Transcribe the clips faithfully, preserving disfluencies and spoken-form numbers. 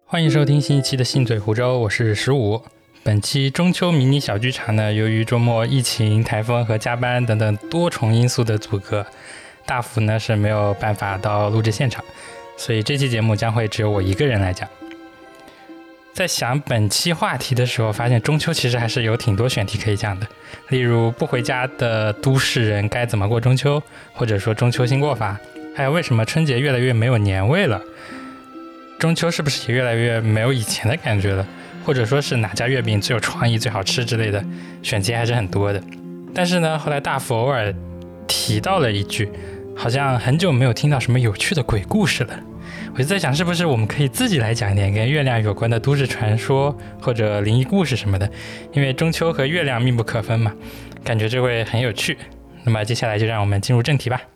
欢迎收听新一期的信嘴湖州，我是十五。本期中秋迷你小剧场呢，由于周末疫情、台风和加班等等多重因素的阻隔，大福呢是没有办法到录制现场，所以这期节目将会只有我一个人来讲。在想本期话题的时候，发现中秋其实还是有挺多选题可以讲的，例如不回家的都市人该怎么过中秋，或者说中秋新过法，还有为什么春节越来越没有年味了，中秋是不是也越来越没有以前的感觉了，或者说是哪家月饼最有创意最好吃之类的，选题还是很多的。但是呢，后来大福偶尔提到了一句，好像很久没有听到什么有趣的鬼故事了。我就在想，是不是我们可以自己来讲一点跟月亮有关的都市传说或者灵异故事什么的，因为中秋和月亮密不可分嘛，感觉这会很有趣。那么接下来就让我们进入正题吧。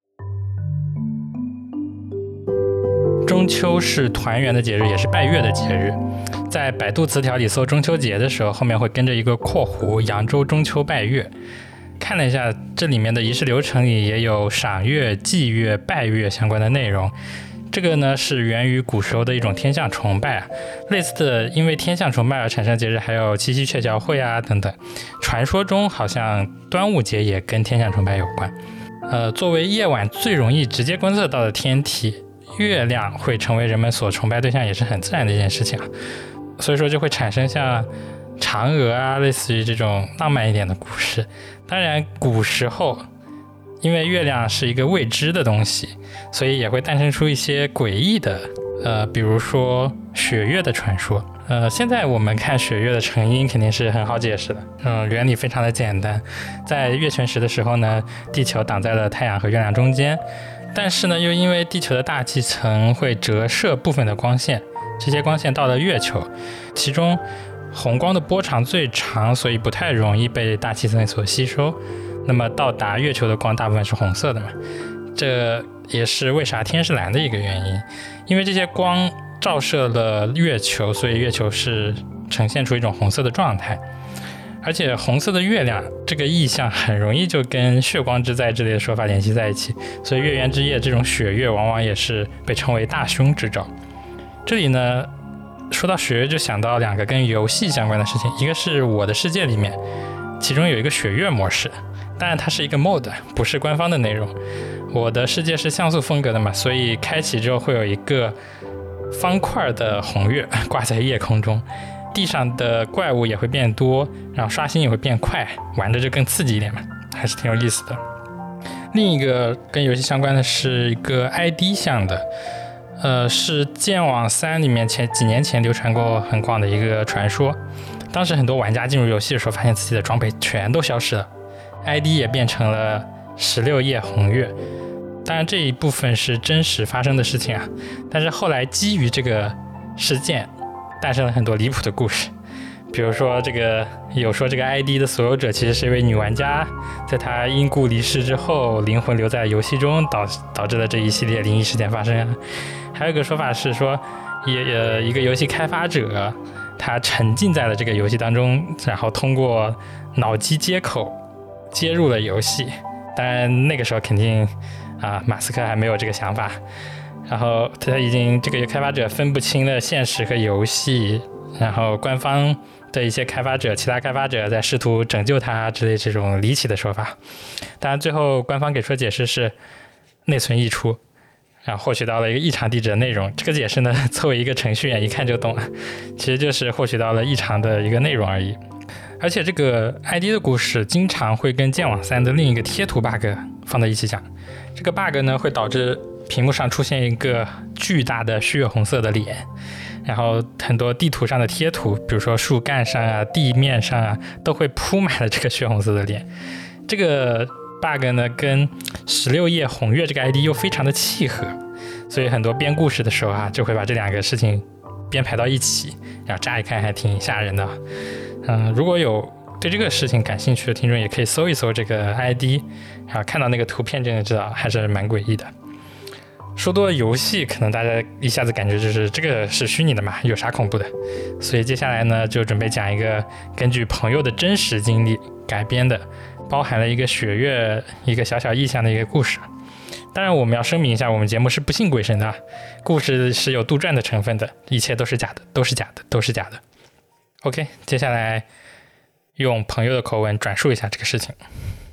中秋是团圆的节日，也是拜月的节日。在百度词条里搜中秋节的时候，后面会跟着一个括弧扬州中秋拜月。看了一下这里面的仪式流程里也有赏月、祭月、拜月相关的内容。这个呢是源于古时候的一种天象崇拜啊，类似的因为天象崇拜而产生节日还有七夕鹊桥会啊等等。传说中好像端午节也跟天象崇拜有关。呃，作为夜晚最容易直接观测到的天体，月亮会成为人们所崇拜对象，也是很自然的一件事情啊。所以说就会产生像嫦娥啊，类似于这种浪漫一点的故事。当然古时候因为月亮是一个未知的东西，所以也会诞生出一些诡异的呃，比如说血月的传说。呃，现在我们看血月的成因肯定是很好解释的，嗯，原理非常的简单。在月全食的时候呢，地球挡在了太阳和月亮中间，但是呢，又因为地球的大气层会折射部分的光线，这些光线到了月球，其中红光的波长最长，所以不太容易被大气层所吸收。那么到达月球的光大部分是红色的嘛，这也是为啥天是蓝的一个原因。因为这些光照射了月球，所以月球是呈现出一种红色的状态。而且红色的月亮这个意象很容易就跟血光之灾之类的说法联系在一起，所以月圆之夜这种血月往往也是被称为大凶之兆。这里呢说到血月就想到两个跟游戏相关的事情，一个是我的世界里面其中有一个血月模式，当然它是一个 mod， 不是官方的内容。我的世界是像素风格的嘛，所以开启之后会有一个方块的红月挂在夜空中，地上的怪物也会变多，然后刷新也会变快，玩的就更刺激一点嘛，还是挺有意思的。另一个跟游戏相关的是一个 I D 项的，呃，是剑网三里面前几年前流传过很广的一个传说。当时很多玩家进入游戏的时候，发现自己的装备全都消失了， I D 也变成了十六夜红月。当然这一部分是真实发生的事情啊，但是后来基于这个事件诞生了很多离谱的故事。比如说这个有说这个 I D 的所有者其实是一位女玩家，在她因故离世之后，灵魂留在游戏中，导导致了这一系列灵异事件发生。还有一个说法是说，也呃一个游戏开发者他沉浸在了这个游戏当中，然后通过脑机接口接入了游戏。当然那个时候肯定啊，马斯克还没有这个想法，然后他已经这个开发者分不清了现实和游戏，然后官方的一些开发者其他开发者在试图拯救他之类这种离奇的说法。当然最后官方给出的解释是内存溢出，然后获取到了一个异常地址的内容。这个解释呢，作为一个程序员一看就懂了，其实就是获取到了异常的一个内容而已。而且这个 I D 的故事经常会跟剑网三的另一个贴图 bug 放在一起讲。这个 bug 呢会导致屏幕上出现一个巨大的血红色的脸，然后很多地图上的贴图，比如说树干上啊、地面上啊，都会铺满了这个血红色的脸。这个 bug 呢跟十六夜红月这个 I D 又非常的契合，所以很多编故事的时候啊，就会把这两个事情编排到一起，然后乍一看还挺吓人的。嗯，如果有对这个事情感兴趣的听众，也可以搜一搜这个 I D， 然后看到那个图片就能知道还是蛮诡异的。说多了游戏，可能大家一下子感觉就是这个是虚拟的嘛，有啥恐怖的？所以接下来呢，就准备讲一个根据朋友的真实经历改编的，包含了一个血月一个小小意象的一个故事。 当然我们要声明一下，我们节目是不信鬼神的啊，故事是有杜撰的成分的，一切都是假的，都是假的，都是假的。OK， 接下来用朋友的口吻转述一下这个事情。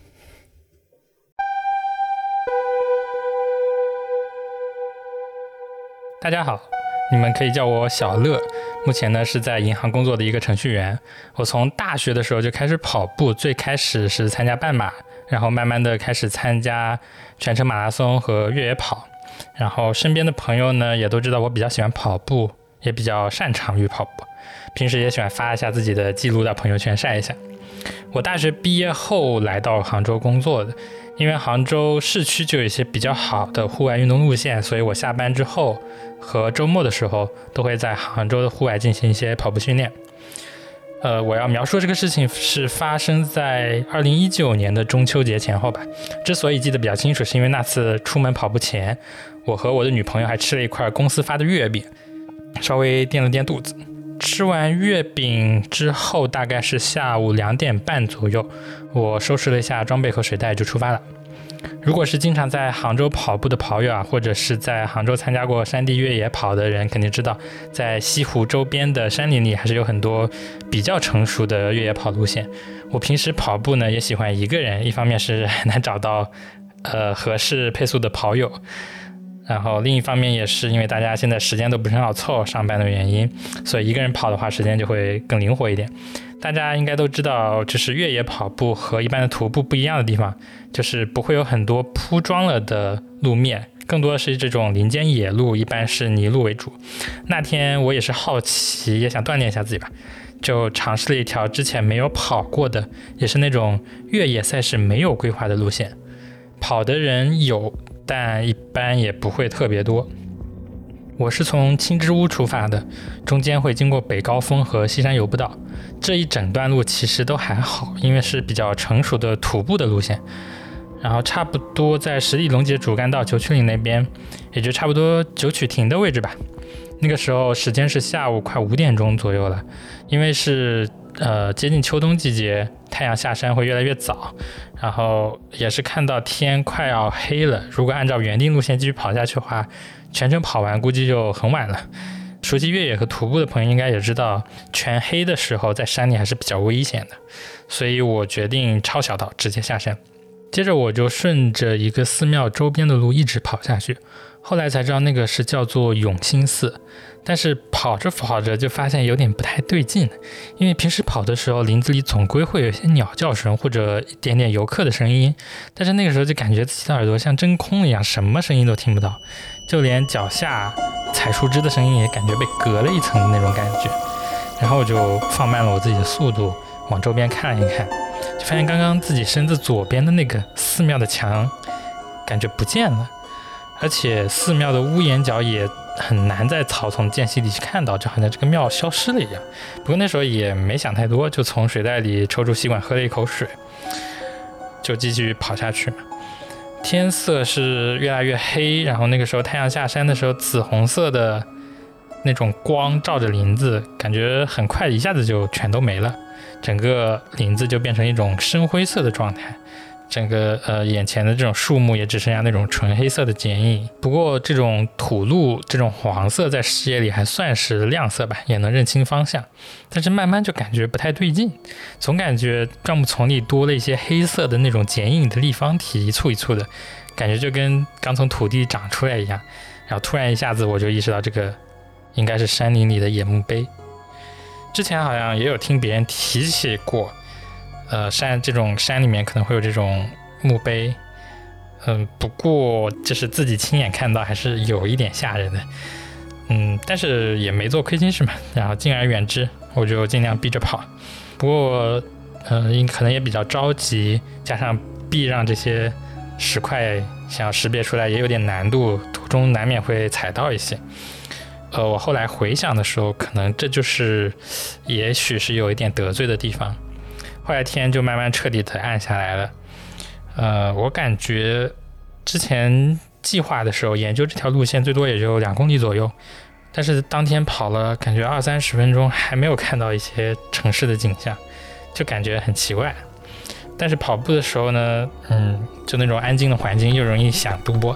大家好，你们可以叫我小乐，目前呢是在银行工作的一个程序员。我从大学的时候就开始跑步，最开始是参加半马，然后慢慢的开始参加全程马拉松和越野跑。然后身边的朋友呢也都知道我比较喜欢跑步，也比较擅长于跑步，平时也喜欢发一下自己的记录到朋友圈晒一下。我大学毕业后来到杭州工作的，因为杭州市区就有一些比较好的户外运动路线，所以我下班之后和周末的时候都会在杭州的户外进行一些跑步训练。呃，我要描述这个事情是发生在二零一九年的中秋节前后吧。之所以记得比较清楚，是因为那次出门跑步前，我和我的女朋友还吃了一块公司发的月饼，稍微垫了垫肚子。吃完月饼之后，大概是下午两点半左右，我收拾了一下装备和水袋就出发了。如果是经常在杭州跑步的跑友啊，或者是在杭州参加过山地越野跑的人，肯定知道在西湖周边的山林里还是有很多比较成熟的越野跑路线。我平时跑步呢也喜欢一个人，一方面是难找到呃合适配速的跑友，然后另一方面也是因为大家现在时间都不是很好凑，上班的原因，所以一个人跑的话时间就会更灵活一点。大家应该都知道，就是越野跑步和一般的徒步不一样的地方，就是不会有很多铺装了的路面，更多的是这种林间野路，一般是泥路为主。那天我也是好奇，也想锻炼一下自己吧，就尝试了一条之前没有跑过的，也是那种越野赛事没有规划的路线。跑的人有，但一般也不会特别多。我是从青之屋出发的，中间会经过北高峰和西山游步道，这一整段路其实都还好，因为是比较成熟的徒步的路线。然后差不多在十里龙街主干道九曲岭那边，也就差不多九曲亭的位置吧。那个时候时间是下午快五点钟左右了，因为是呃接近秋冬季节，太阳下山会越来越早，然后也是看到天快要黑了。如果按照原定路线继续跑下去的话，全程跑完估计就很晚了。熟悉越野和徒步的朋友应该也知道，全黑的时候在山里还是比较危险的，所以我决定抄小道直接下山。接着我就顺着一个寺庙周边的路一直跑下去，后来才知道那个是叫做永兴寺。但是跑着跑着就发现有点不太对劲，因为平时跑的时候林子里总归会有一些鸟叫声或者一点点游客的声音，但是那个时候就感觉自己的耳朵像真空一样，什么声音都听不到，就连脚下踩树枝的声音也感觉被隔了一层的那种感觉。然后我就放慢了我自己的速度，往周边看了一看，就发现刚刚自己身子左边的那个寺庙的墙感觉不见了，而且寺庙的屋檐角也很难在草丛间隙里去看到，就好像这个庙消失了一样。不过那时候也没想太多，就从水袋里抽出吸管喝了一口水，就继续跑下去嘛。天色是越来越黑，然后那个时候太阳下山的时候，紫红色的那种光照着林子，感觉很快一下子就全都没了，整个林子就变成一种深灰色的状态。整个呃眼前的这种树木也只剩下那种纯黑色的剪影。不过这种土路这种黄色在视野里还算是亮色吧，也能认清方向。但是慢慢就感觉不太对劲，总感觉灌木丛里多了一些黑色的那种剪影的立方体，一簇一簇的，感觉就跟刚从土地长出来一样。然后突然一下子我就意识到这个应该是山林里的野墓碑。之前好像也有听别人提起过，呃，山这种山里面可能会有这种墓碑，嗯，不过就是自己亲眼看到还是有一点吓人的，嗯，但是也没做亏心事嘛，然后敬而远之，我就尽量避着跑。不过，嗯，可能也比较着急，加上避让这些石块想要识别出来也有点难度，途中难免会踩到一些。呃，我后来回想的时候，可能这就是也许是有一点得罪的地方。后来天就慢慢彻底的暗下来了。呃，我感觉之前计划的时候研究这条路线最多也就两公里左右，但是当天跑了感觉二三十分钟还没有看到一些城市的景象，就感觉很奇怪。但是跑步的时候呢，嗯，就那种安静的环境又容易想多，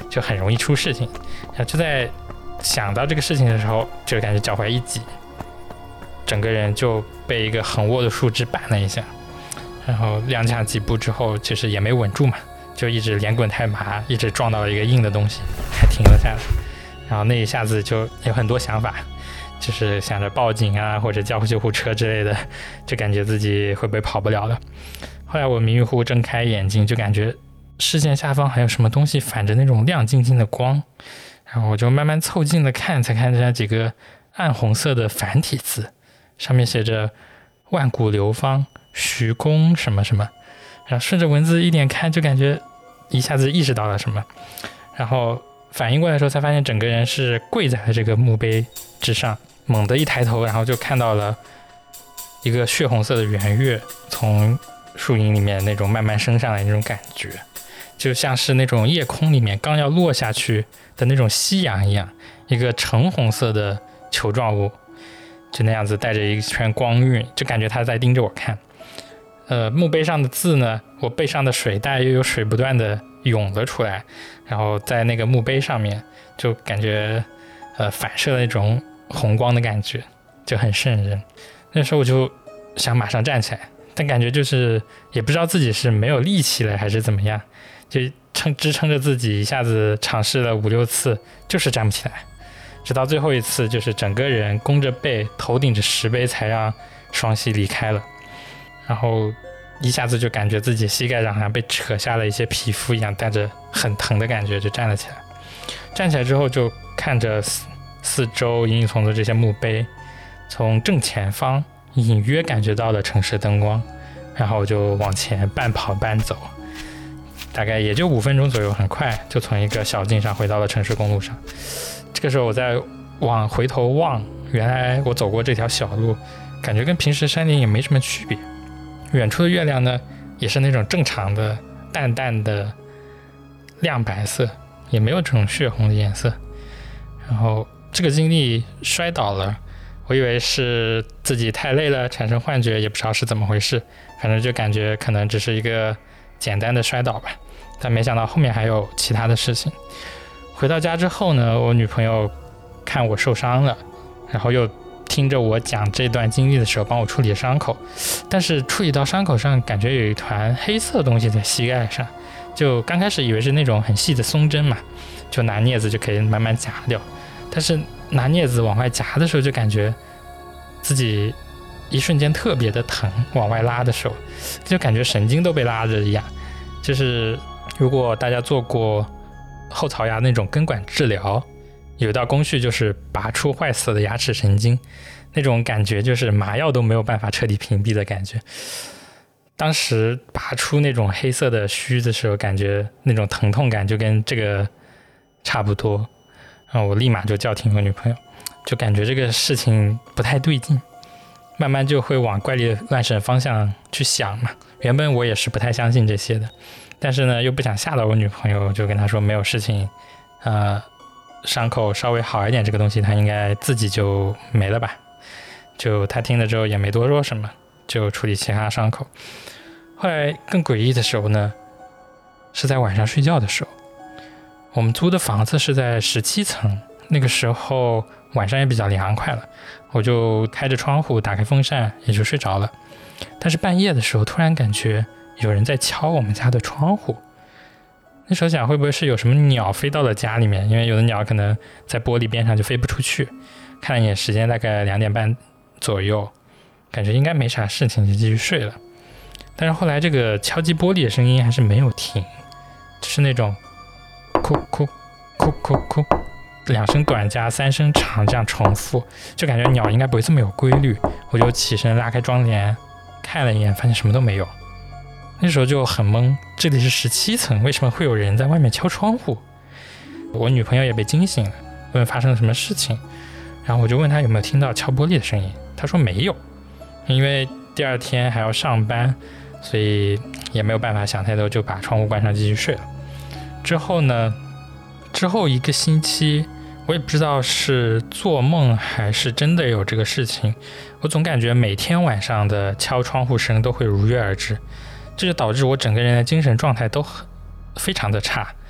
就很容易出事情。然后就在想到这个事情的时候，就感觉脚踝一挤，整个人就被一个横卧的树枝绊了一下，然后踉跄几步之后，其实也没稳住嘛，就一直连滚带爬，一直撞到了一个硬的东西，才停了下来。然后那一下子就有很多想法，就是想着报警啊，或者叫救护车之类的，就感觉自己会不会跑不了了。后来我迷迷糊糊睁开眼睛，就感觉视线下方还有什么东西反着那种亮晶晶的光，然后我就慢慢凑近了看，才看见几个暗红色的繁体字，上面写着万古流芳徐公什么什么，然后顺着文字一点看，就感觉一下子意识到了什么，然后反应过来的时候才发现整个人是跪在了这个墓碑之上，猛地一抬头，然后就看到了一个血红色的圆月从树荫里面那种慢慢升上来那种感觉，就像是那种夜空里面刚要落下去的那种夕阳一样，一个橙红色的球状物，就那样子带着一圈光晕，就感觉他在盯着我看。呃，墓碑上的字呢，我背上的水袋又有水不断的涌了出来，然后在那个墓碑上面就感觉呃反射那种红光的感觉，就很瘆人。那时候我就想马上站起来，但感觉就是也不知道自己是没有力气了还是怎么样，就撑支撑着自己一下子尝试了五六次，就是站不起来，直到最后一次就是整个人弓着背头顶着石碑才让双膝离开了，然后一下子就感觉自己膝盖上好像被扯下了一些皮肤一样，带着很疼的感觉就站了起来。站起来之后就看着四四周隐隐从的这些墓碑，从正前方隐约感觉到了城市灯光，然后我就往前半跑半走，大概也就五分钟左右，很快就从一个小径上回到了城市公路上。这个时候我再往回头望，原来我走过这条小路，感觉跟平时山林也没什么区别。远处的月亮呢，也是那种正常的淡淡的亮白色，也没有这种血红的颜色。然后这个经历摔倒了，我以为是自己太累了产生幻觉，也不知道是怎么回事，反正就感觉可能只是一个简单的摔倒吧，但没想到后面还有其他的事情。回到家之后呢，我女朋友看我受伤了，然后又听着我讲这段经历的时候帮我处理伤口，但是处理到伤口上感觉有一团黑色的东西在膝盖上，就刚开始以为是那种很细的松针嘛，就拿镊子就可以慢慢夹掉，但是拿镊子往外夹的时候就感觉自己一瞬间特别的疼，往外拉的时候就感觉神经都被拉着一样。就是如果大家做过后槽牙那种根管治疗，有一道工序就是拔出坏死的牙齿神经，那种感觉就是麻药都没有办法彻底屏蔽的感觉。当时拔出那种黑色的须的时候，感觉那种疼痛感就跟这个差不多，然后我立马就叫停我女朋友，就感觉这个事情不太对劲，慢慢就会往怪力乱神方向去想嘛。原本我也是不太相信这些的，但是呢又不想吓到我女朋友，就跟她说没有事情，呃，伤口稍微好一点，这个东西她应该自己就没了吧。就她听了之后也没多说什么，就处理其他伤口。后来更诡异的时候呢，是在晚上睡觉的时候。我们租的房子是在十七层，那个时候晚上也比较凉快了，我就开着窗户打开风扇也就睡着了。但是半夜的时候突然感觉有人在敲我们家的窗户，那时候想会不会是有什么鸟飞到了家里面，因为有的鸟可能在玻璃边上就飞不出去。看了一眼时间大概两点半左右，感觉应该没啥事情，就继续睡了。但是后来这个敲击玻璃的声音还是没有停，就是那种哭哭哭哭哭，两声短加三声长这样重复，就感觉鸟应该不会这么有规律。我就起身拉开窗帘看了一眼，发现什么都没有。那时候就很懵，这里是十七层，为什么会有人在外面敲窗户？我女朋友也被惊醒了，问发生了什么事情，然后我就问她有没有听到敲玻璃的声音，她说没有，因为第二天还要上班，所以也没有办法想太多，就把窗户关上继续睡了。之后呢，之后一个星期我也不知道是做梦还是真的有这个事情，我总感觉每天晚上的敲窗户声都会如约而至，这就导致我整个人的精神状态都非常的差，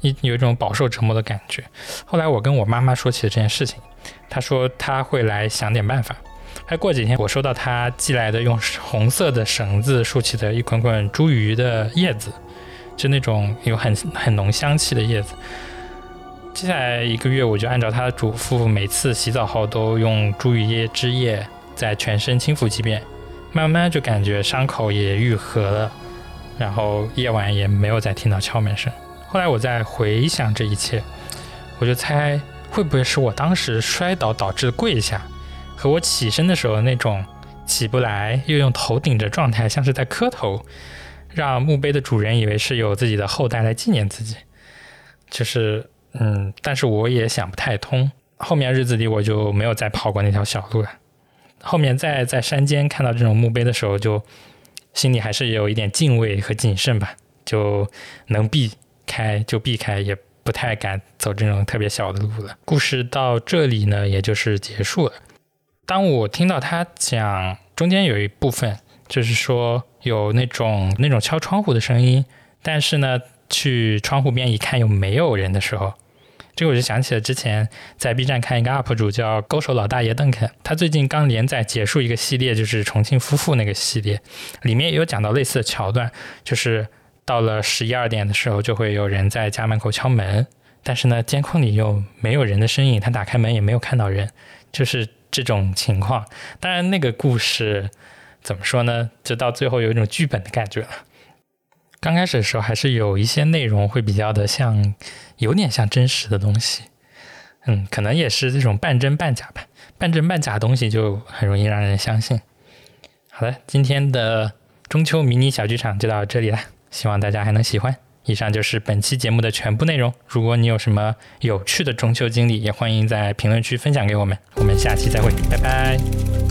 一有一种饱受折磨的感觉。后来我跟我妈妈说起了这件事情，她说她会来想点办法。还过几天我收到她寄来的用红色的绳子竖起的一捆捆茱萸的叶子，就那种有很很浓香气的叶子。接下来一个月我就按照她的嘱咐，每次洗澡后都用茱萸叶汁液在全身轻抚几遍，慢慢就感觉伤口也愈合了，然后夜晚也没有再听到敲门声。后来我在回想这一切，我就猜会不会是我当时摔倒导致跪下，和我起身的时候那种起不来又用头顶着状态像是在磕头，让墓碑的主人以为是有自己的后代来纪念自己。就是嗯，但是我也想不太通。后面日子里我就没有再跑过那条小路了。后面在在山间看到这种墓碑的时候，就心里还是有一点敬畏和谨慎吧，就能避开就避开，也不太敢走这种特别小的路了。故事到这里呢，也就是结束了。当我听到他讲中间有一部分就是说有那种那种敲窗户的声音，但是呢去窗户边一看又没有人的时候，这个我就想起了之前在 B 站看一个 U P 主叫勾手老大爷邓肯，他最近刚连载结束一个系列，就是重庆夫妇那个系列，里面也有讲到类似的桥段，就是到了十一二点的时候就会有人在家门口敲门，但是呢监控里又没有人的身影，他打开门也没有看到人，就是这种情况。当然那个故事怎么说呢，就到最后有一种剧本的感觉了。刚开始的时候还是有一些内容会比较的像，有点像真实的东西，嗯，可能也是这种半真半假吧，半真半假的东西就很容易让人相信。好的，今天的中秋迷你小剧场就到这里了，希望大家还能喜欢。以上就是本期节目的全部内容，如果你有什么有趣的中秋经历，也欢迎在评论区分享给我们，我们下期再会，拜拜。